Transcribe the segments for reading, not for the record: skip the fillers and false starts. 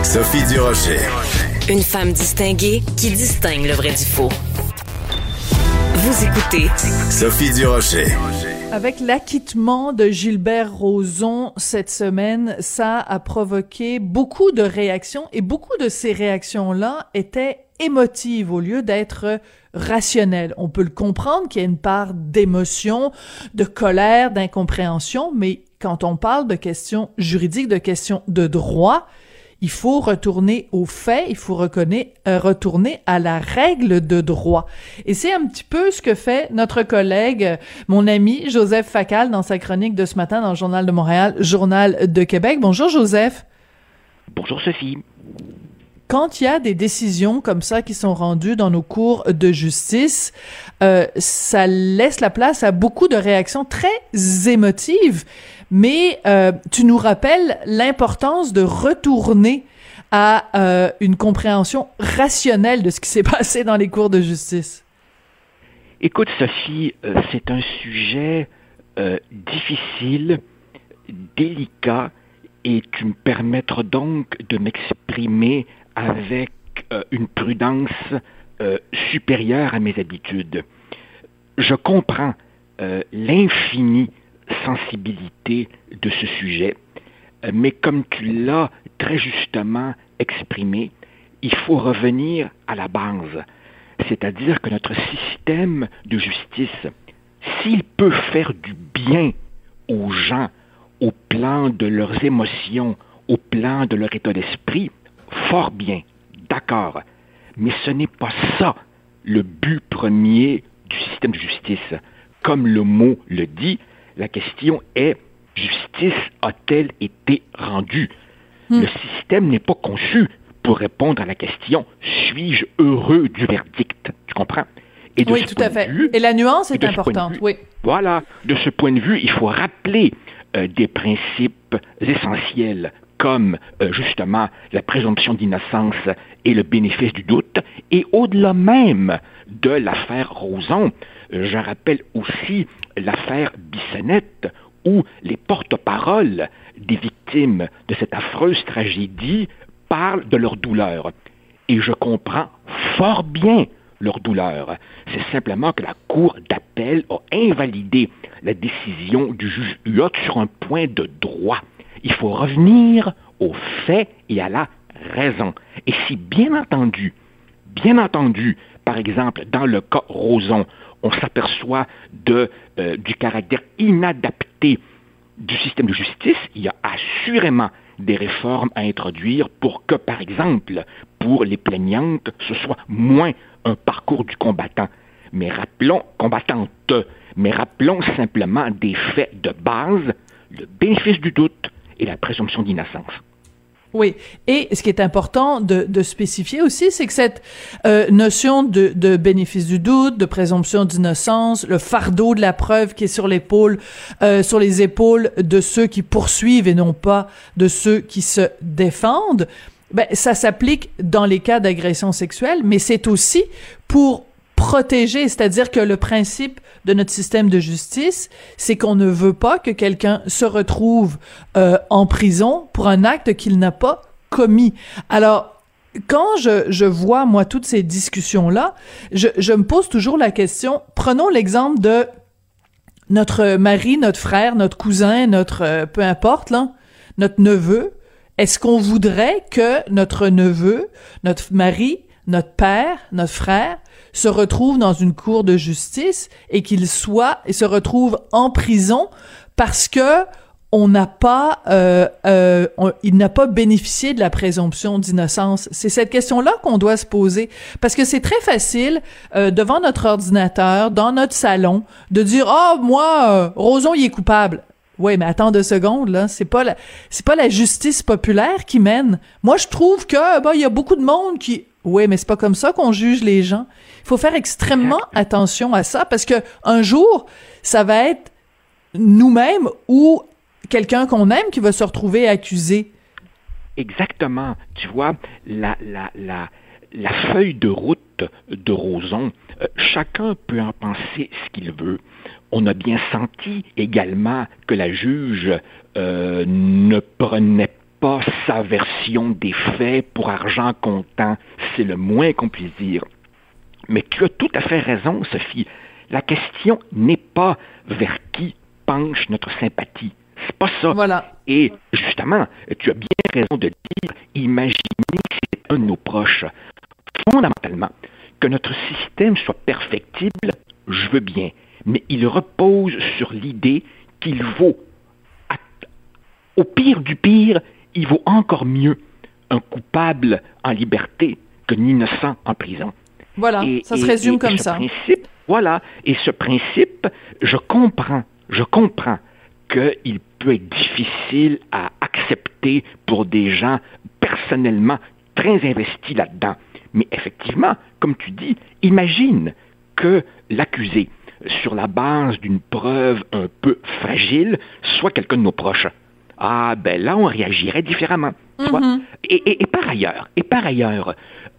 Sophie Durocher. Une femme distinguée qui distingue le vrai du faux. Vous écoutez Sophie Durocher. Avec l'acquittement de Gilbert Rozon cette semaine, ça a provoqué beaucoup de réactions et beaucoup de ces réactions-là étaient émotives au lieu d'être rationnelles. On peut le comprendre qu'il y a une part d'émotion, de colère, d'incompréhension, mais quand on parle de questions juridiques, de questions de droit, il faut retourner aux faits, il faut retourner à la règle de droit. Et c'est un petit peu ce que fait notre collègue, mon ami Joseph Facal, dans sa chronique de ce matin dans le Journal de Montréal, Journal de Québec. Bonjour Joseph. Bonjour Sophie. Quand il y a des décisions comme ça qui sont rendues dans nos cours de justice, ça laisse la place à beaucoup de réactions très émotives. Mais tu nous rappelles l'importance de retourner à une compréhension rationnelle de ce qui s'est passé dans les cours de justice. Écoute Sophie, c'est un sujet difficile, délicat, et tu me permettras donc de m'exprimer avec une prudence supérieure à mes habitudes. Je comprends l'infinie sensibilité de ce sujet, mais comme tu l'as très justement exprimé, il faut revenir à la base, c'est-à-dire que notre système de justice, s'il peut faire du bien aux gens au plan de leurs émotions, au plan de leur état d'esprit, fort bien, d'accord, mais ce n'est pas ça le but premier du système de justice. Comme le mot le dit, la question est, justice a-t-elle été rendue? Le système n'est pas conçu pour répondre à la question, suis-je heureux du verdict? Tu comprends? Et de oui, tout à fait. Et la nuance est importante, oui. Voilà. De ce point de vue, il faut rappeler des principes essentiels comme, justement, la présomption d'innocence et le bénéfice du doute. Et au-delà même de l'affaire Rozon, je rappelle aussi l'affaire Bissonnette, où les porte-paroles des victimes de cette affreuse tragédie parlent de leur douleur. Et je comprends fort bien leur douleur. C'est simplement que la Cour d'appel a invalidé la décision du juge Huot sur un point de droit. Il faut revenir aux faits et à la raison. Et si, bien entendu, par exemple, dans le cas Rozon, on s'aperçoit du caractère inadapté du système de justice, il y a assurément des réformes à introduire pour que, par exemple, pour les plaignantes, ce soit moins un parcours du combattant. Mais rappelons simplement des faits de base, le bénéfice du doute et la présomption d'innocence. Oui, et ce qui est important de spécifier aussi, c'est que cette notion de bénéfice du doute, de présomption d'innocence, le fardeau de la preuve qui est sur les épaules de ceux qui poursuivent et non pas de ceux qui se défendent, ben ça s'applique dans les cas d'agression sexuelle, mais c'est aussi pour protéger, c'est-à-dire que le principe de notre système de justice, c'est qu'on ne veut pas que quelqu'un se retrouve en prison pour un acte qu'il n'a pas commis. Alors, quand je vois, moi, toutes ces discussions-là, je me pose toujours la question, prenons l'exemple de notre mari, notre frère, notre cousin, notre peu importe, là, notre neveu. Est-ce qu'on voudrait que notre neveu, notre mari, notre père, notre frère se retrouve dans une cour de justice et se retrouve en prison parce que il n'a pas bénéficié de la présomption d'innocence? C'est cette question-là qu'on doit se poser, parce que c'est très facile devant notre ordinateur, dans notre salon, de dire moi Rozon il est coupable. Oui, mais attends 2 secondes, là, c'est pas la justice populaire qui mène. Moi, je trouve que il y a beaucoup de monde qui... Oui, mais c'est pas comme ça qu'on juge les gens. Il faut faire extrêmement attention à ça, parce que un jour, ça va être nous-mêmes ou quelqu'un qu'on aime qui va se retrouver accusé. Exactement. Tu vois, la feuille de route de Rozon, chacun peut en penser ce qu'il veut. On a bien senti également que la juge ne prenait pas sa version des faits pour argent comptant, c'est le moins qu'on puisse dire. Mais tu as tout à fait raison, Sophie. La question n'est pas vers qui penche notre sympathie. C'est pas ça. Voilà. Et justement, tu as bien raison de dire, imaginez que c'est un de nos proches. Fondamentalement, que notre système soit perfectible, je veux bien, mais il repose sur l'idée qu'il vaut, au pire du pire, il vaut encore mieux un coupable en liberté qu'un innocent en prison. Voilà, ça se résume comme ça. Voilà, et ce principe, je comprends qu'il peut être difficile à accepter pour des gens personnellement très investis là-dedans. Mais effectivement, comme tu dis, imagine que l'accusé, sur la base d'une preuve un peu fragile, soit quelqu'un de nos proches. Ah, ben là, on réagirait différemment. Mm-hmm. Et par ailleurs,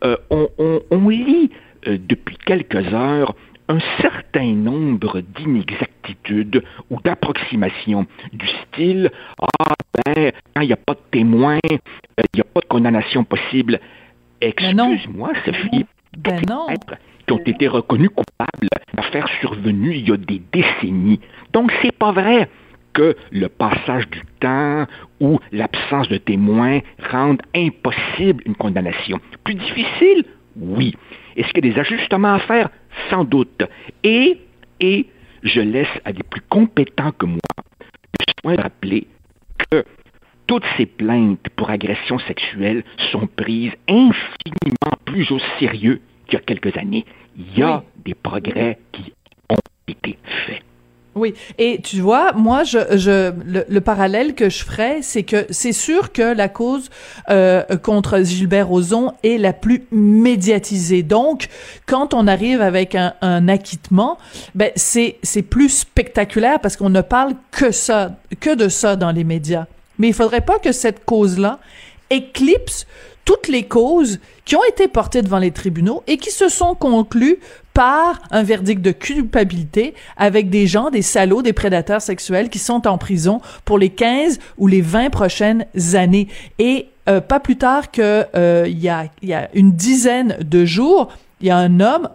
on lit depuis quelques heures un certain nombre d'inexactitudes ou d'approximations du style « Ah, ben, quand il n'y a pas de témoins, il n'y a pas de condamnation possible. » Excuse-moi, Sophie, qui ont été reconnus coupables d'affaires survenues il y a des décennies. Donc, c'est pas vrai que le passage du temps ou l'absence de témoins rendent impossible une condamnation. Plus difficile? Oui. Est-ce qu'il y a des ajustements à faire? Sans doute. Et je laisse à des plus compétents que moi le soin de rappeler que toutes ces plaintes pour agression sexuelle sont prises infiniment plus au sérieux qu'il y a quelques années. Il y a des progrès qui ont été faits. Oui, et tu vois, moi, le parallèle que je ferais, c'est que c'est sûr que la cause contre Gilbert Rozon est la plus médiatisée. Donc, quand on arrive avec un acquittement, ben c'est plus spectaculaire parce qu'on ne parle que de ça dans les médias. Mais il faudrait pas que cette cause-là éclipse toutes les causes qui ont été portées devant les tribunaux et qui se sont conclues par un verdict de culpabilité avec des gens, des salauds, des prédateurs sexuels qui sont en prison pour les 15 ou les 20 prochaines années. Et pas plus tard que il y a une dizaine de jours, il y a un homme,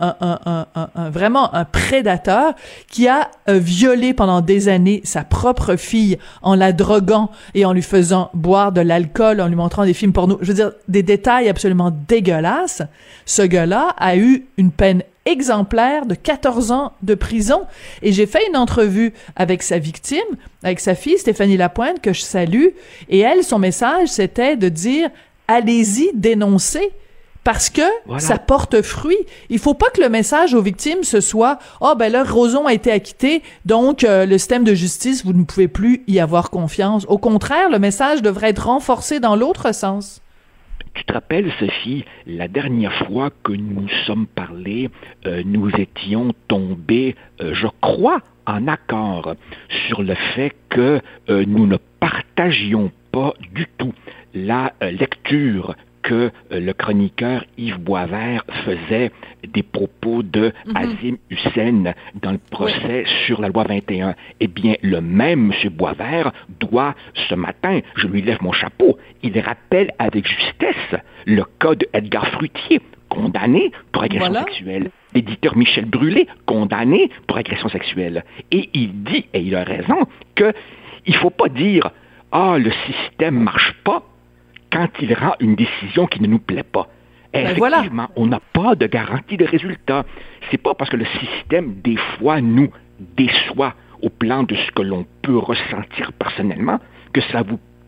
vraiment un prédateur qui a violé pendant des années sa propre fille en la droguant et en lui faisant boire de l'alcool, en lui montrant des films porno. Je veux dire, des détails absolument dégueulasses. Ce gars-là a eu une peine exemplaire de 14 ans de prison. Et j'ai fait une entrevue avec sa victime, avec sa fille, Stéphanie Lapointe, que je salue. Et elle, son message, c'était de dire « Allez-y, dénoncez ». Parce que ça porte fruit. Il faut pas que le message aux victimes ce soit « Ah, ben là, Rozon a été acquitté, donc le système de justice, vous ne pouvez plus y avoir confiance. » Au contraire, le message devrait être renforcé dans l'autre sens. Tu te rappelles, Sophie, la dernière fois que nous nous sommes parlé, nous étions tombés, je crois, en accord sur le fait que nous ne partagions pas du tout la lecture que le chroniqueur Yves Boisvert faisait des propos de Azim Hussein dans le procès sur la loi 21. Eh bien, le même M. Boisvert doit, ce matin, je lui lève mon chapeau, il rappelle avec justesse le cas de Edgar Fruitier, condamné pour agression sexuelle. L'éditeur Michel Brûlé, condamné pour agression sexuelle. Et il dit, et il a raison, qu'il ne faut pas dire « Ah, le système ne marche pas », quand il rend une décision qui ne nous plaît pas. Effectivement, on n'a pas de garantie de résultat. C'est pas parce que le système, des fois, nous déçoit au plan de ce que l'on peut ressentir personnellement que ça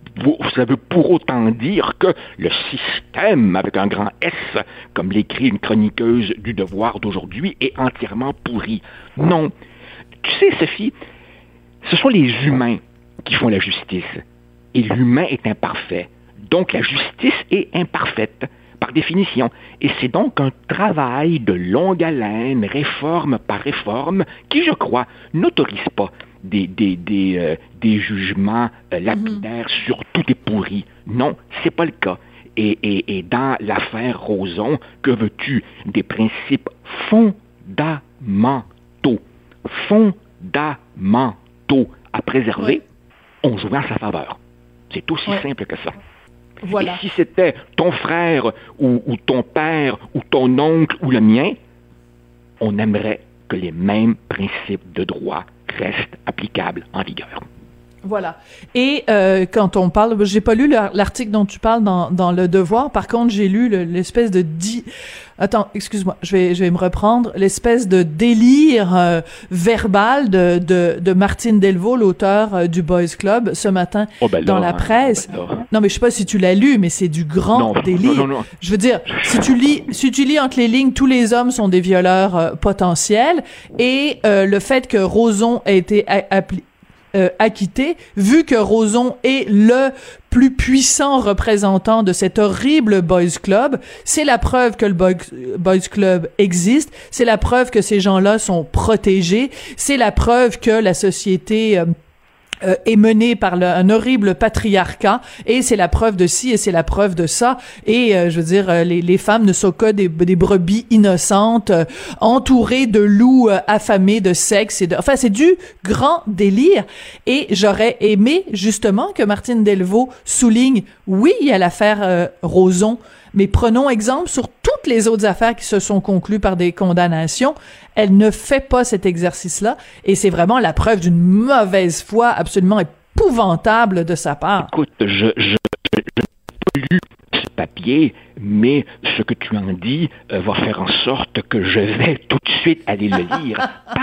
veut pour autant dire que le système, avec un grand S, comme l'écrit une chroniqueuse du Devoir d'aujourd'hui, est entièrement pourri. Non. Tu sais, Sophie, ce sont les humains qui font la justice. Et l'humain est imparfait. Donc, la justice est imparfaite, par définition. Et c'est donc un travail de longue haleine, réforme par réforme, qui, je crois, n'autorise pas des jugements lapidaires sur tout est pourri. Non, c'est pas le cas. Et dans l'affaire Rozon, que veux-tu? Des principes fondamentaux à préserver, ont joué en sa faveur. C'est aussi simple que ça. Voilà. Et si c'était ton frère ou ton père ou ton oncle ou le mien, on aimerait que les mêmes principes de droit restent applicables en vigueur. Voilà. Et quand on parle, j'ai pas lu l'article dont tu parles dans Le Devoir. Par contre, j'ai lu l'espèce de Attends, excuse-moi, je vais me reprendre. L'espèce de délire verbal de Martine Delvaux, l'auteur du Boys Club, ce matin dans la presse. Non, mais je sais pas si tu l'as lu, mais c'est du grand délire. Non. Je veux dire, si tu lis entre les lignes, tous les hommes sont des violeurs potentiels, et le fait que Roson ait été acquitté, vu que Roson est le plus puissant représentant de cet horrible Boys Club, c'est la preuve que le Boys Club existe, c'est la preuve que ces gens-là sont protégés, c'est la preuve que la société est menée par un horrible patriarcat, et c'est la preuve de ci et c'est la preuve de ça, et je veux dire, les femmes ne sont que des brebis innocentes entourées de loups affamés de sexe enfin c'est du grand délire. Et j'aurais aimé justement que Martine Delvaux souligne, oui, il y a l'affaire Roson, mais prenons exemple sur toutes les autres affaires qui se sont conclues par des condamnations. Elle ne fait pas cet exercice-là, et c'est vraiment la preuve d'une mauvaise foi absolument épouvantable de sa part. Écoute, je n'ai pas lu ce papier, mais ce que tu en dis va faire en sorte que je vais tout de suite aller le lire.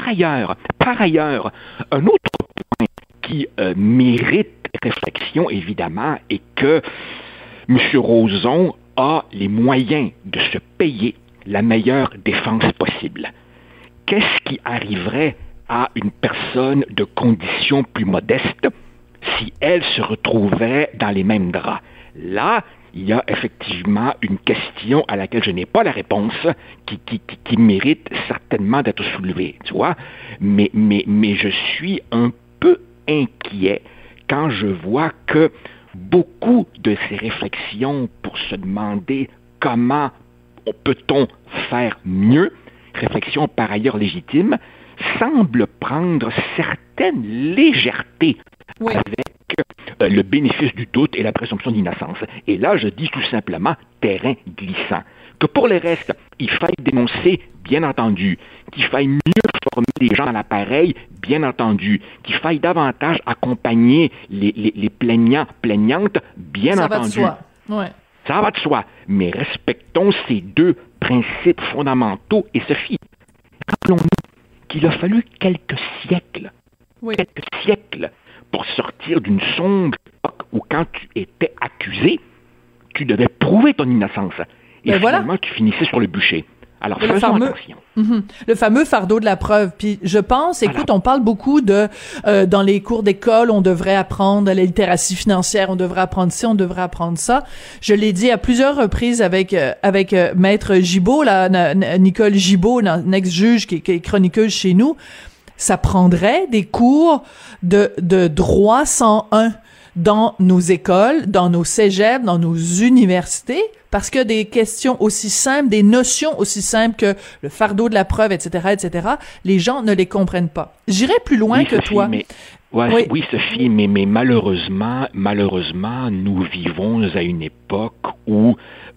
Par ailleurs, un autre point qui mérite réflexion, évidemment, est que M. Roson a les moyens de se payer la meilleure défense possible. Qu'est-ce qui arriverait à une personne de condition plus modeste si elle se retrouvait dans les mêmes draps? Là, il y a effectivement une question à laquelle je n'ai pas la réponse, qui mérite certainement d'être soulevée, tu vois. Mais je suis un peu inquiet quand je vois que beaucoup de ces réflexions pour se demander comment peut-on faire mieux, réflexions par ailleurs légitimes, semblent prendre certaine légèreté avec le bénéfice du doute et la présomption d'innocence. Et là, je dis tout simplement terrain glissant. Que pour le reste, il faille dénoncer, bien entendu, qu'il faille mieux former les gens dans l'appareil, bien entendu, qu'il faille davantage accompagner les plaignants, plaignantes, bien entendu. Ça va de soi. Ouais. Ça va de soi. Mais respectons ces deux principes fondamentaux. Et Sophie, rappelons-nous qu'il a fallu quelques siècles pour sortir d'une sombre époque où quand tu étais accusé, tu devais prouver ton innocence. Et finalement, tu finissais sur le bûcher. Alors, faisons attention. Le fameux fardeau de la preuve. Puis je pense, écoute, on parle beaucoup de dans les cours d'école, on devrait apprendre la littératie financière, on devrait apprendre ci, on devrait apprendre ça. Je l'ai dit à plusieurs reprises avec Maître Gibault, là, Nicole Gibault, une ex-juge qui est chroniqueuse chez nous. Ça prendrait des cours de droit 101 dans nos écoles, dans nos cégeps, dans nos universités, parce que des questions aussi simples, des notions aussi simples que le fardeau de la preuve, etc., les gens ne les comprennent pas. J'irai plus loin que Sophie, toi. Oui, Sophie, mais malheureusement, nous vivons à une époque où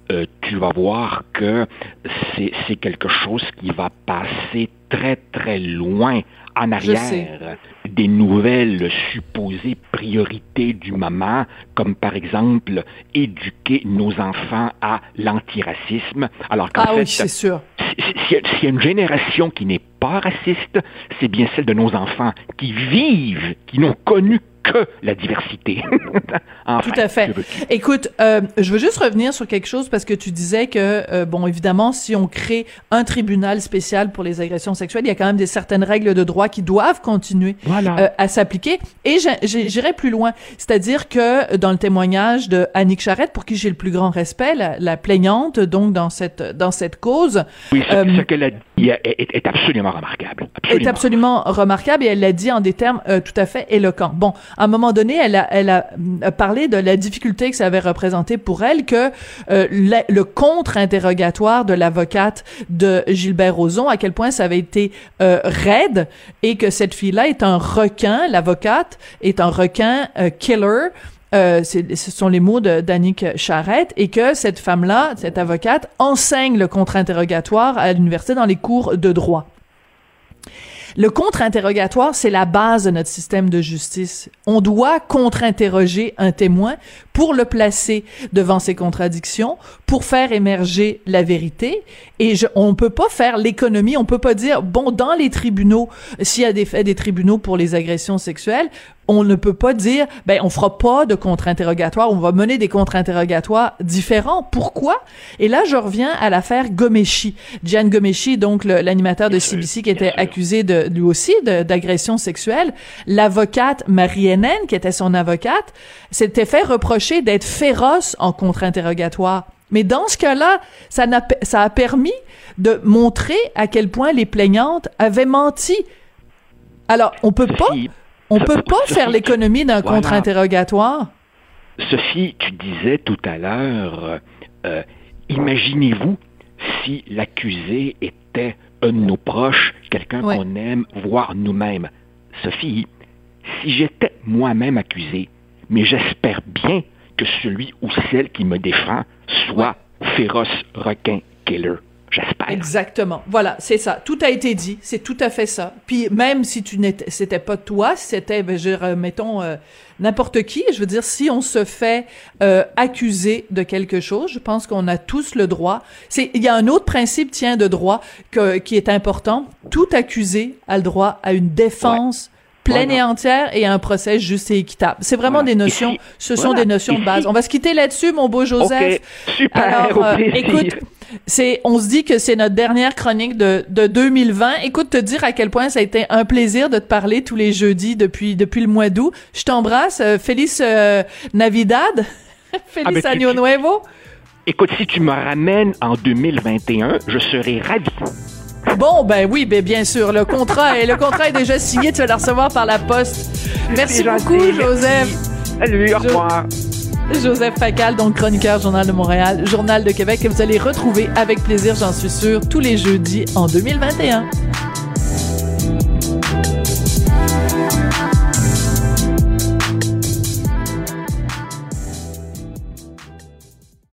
tu vas voir que c'est quelque chose qui va passer très, très loin en arrière des nouvelles supposées priorités du moment, comme par exemple éduquer nos enfants à l'antiracisme. Alors qu'en fait, oui, c'est sûr. S'il y a une génération qui n'est pas raciste, c'est bien celle de nos enfants qui vivent, qui n'ont connu que la diversité. Enfin, tout à fait. Écoute, je veux juste revenir sur quelque chose parce que tu disais que, bon, évidemment, si on crée un tribunal spécial pour les agressions sexuelles, il y a quand même certaines règles de droit qui doivent continuer à s'appliquer. Et j'irai plus loin. C'est-à-dire que dans le témoignage de Annick Charrette, pour qui j'ai le plus grand respect, la plaignante, donc dans cette cause. Oui, ce qu'elle a dit est absolument remarquable. Est absolument remarquable, et elle l'a dit en des termes tout à fait éloquents. Bon, à un moment donné, elle a parlé de la difficulté que ça avait représenté pour elle, que le contre-interrogatoire de l'avocate de Gilbert Rozon, à quel point ça avait été raide, et que cette fille-là est un requin, l'avocate est un requin killer, ce sont les mots d'Annick Charrette, et que cette femme-là, cette avocate, enseigne le contre-interrogatoire à l'université dans les cours de droit. Le contre-interrogatoire, c'est la base de notre système de justice. On doit contre-interroger un témoin pour le placer devant ses contradictions, pour faire émerger la vérité. Et on peut pas faire l'économie, on peut pas dire, bon, dans les tribunaux, s'il y a des tribunaux pour les agressions sexuelles, on ne peut pas dire, ben, on fera pas de contre-interrogatoire, on va mener des contre-interrogatoires différents. Pourquoi? Et là, je reviens à l'affaire Ghomeshi. Gian Ghomeshi, donc l'animateur de CBC qui était accusé lui aussi d'agression sexuelle. L'avocate Marie Henein, qui était son avocate, s'était fait reprocher d'être féroce en contre-interrogatoire. Mais dans ce cas-là, ça a permis de montrer à quel point les plaignantes avaient menti. Alors, on peut pas faire l'économie d'un contre-interrogatoire. Sophie, tu disais tout à l'heure, imaginez-vous si l'accusé était un de nos proches, quelqu'un qu'on aime, voire nous-mêmes. Sophie, si j'étais moi-même accusé, mais j'espère bien que celui ou celle qui me défend soit féroce requin killer. J'espère. Exactement. Voilà, c'est ça. Tout a été dit. C'est tout à fait ça. Puis même si c'était pas toi, si c'était, mettons, n'importe qui, je veux dire, si on se fait accuser de quelque chose, je pense qu'on a tous le droit. Il y a un autre principe, de droit qui est important. Tout accusé a le droit à une défense pleine et entière et à un procès juste et équitable. C'est vraiment des notions, sont des notions de base. On va se quitter là-dessus, mon beau Joseph. OK, super, alors, écoute, on se dit que c'est notre dernière chronique de 2020. Écoute, te dire à quel point ça a été un plaisir de te parler tous les jeudis depuis le mois d'août. Je t'embrasse. Feliz Navidad. Feliz Año Nuevo. Écoute, si tu me ramènes en 2021, je serai ravi. Bon, ben oui, bien sûr. Le contrat est déjà signé. Tu vas le recevoir par la poste. Merci beaucoup, Joseph. Salut, au revoir. Joseph Facal, donc chroniqueur Journal de Montréal, Journal de Québec, que vous allez retrouver avec plaisir, j'en suis sûre, tous les jeudis en 2021.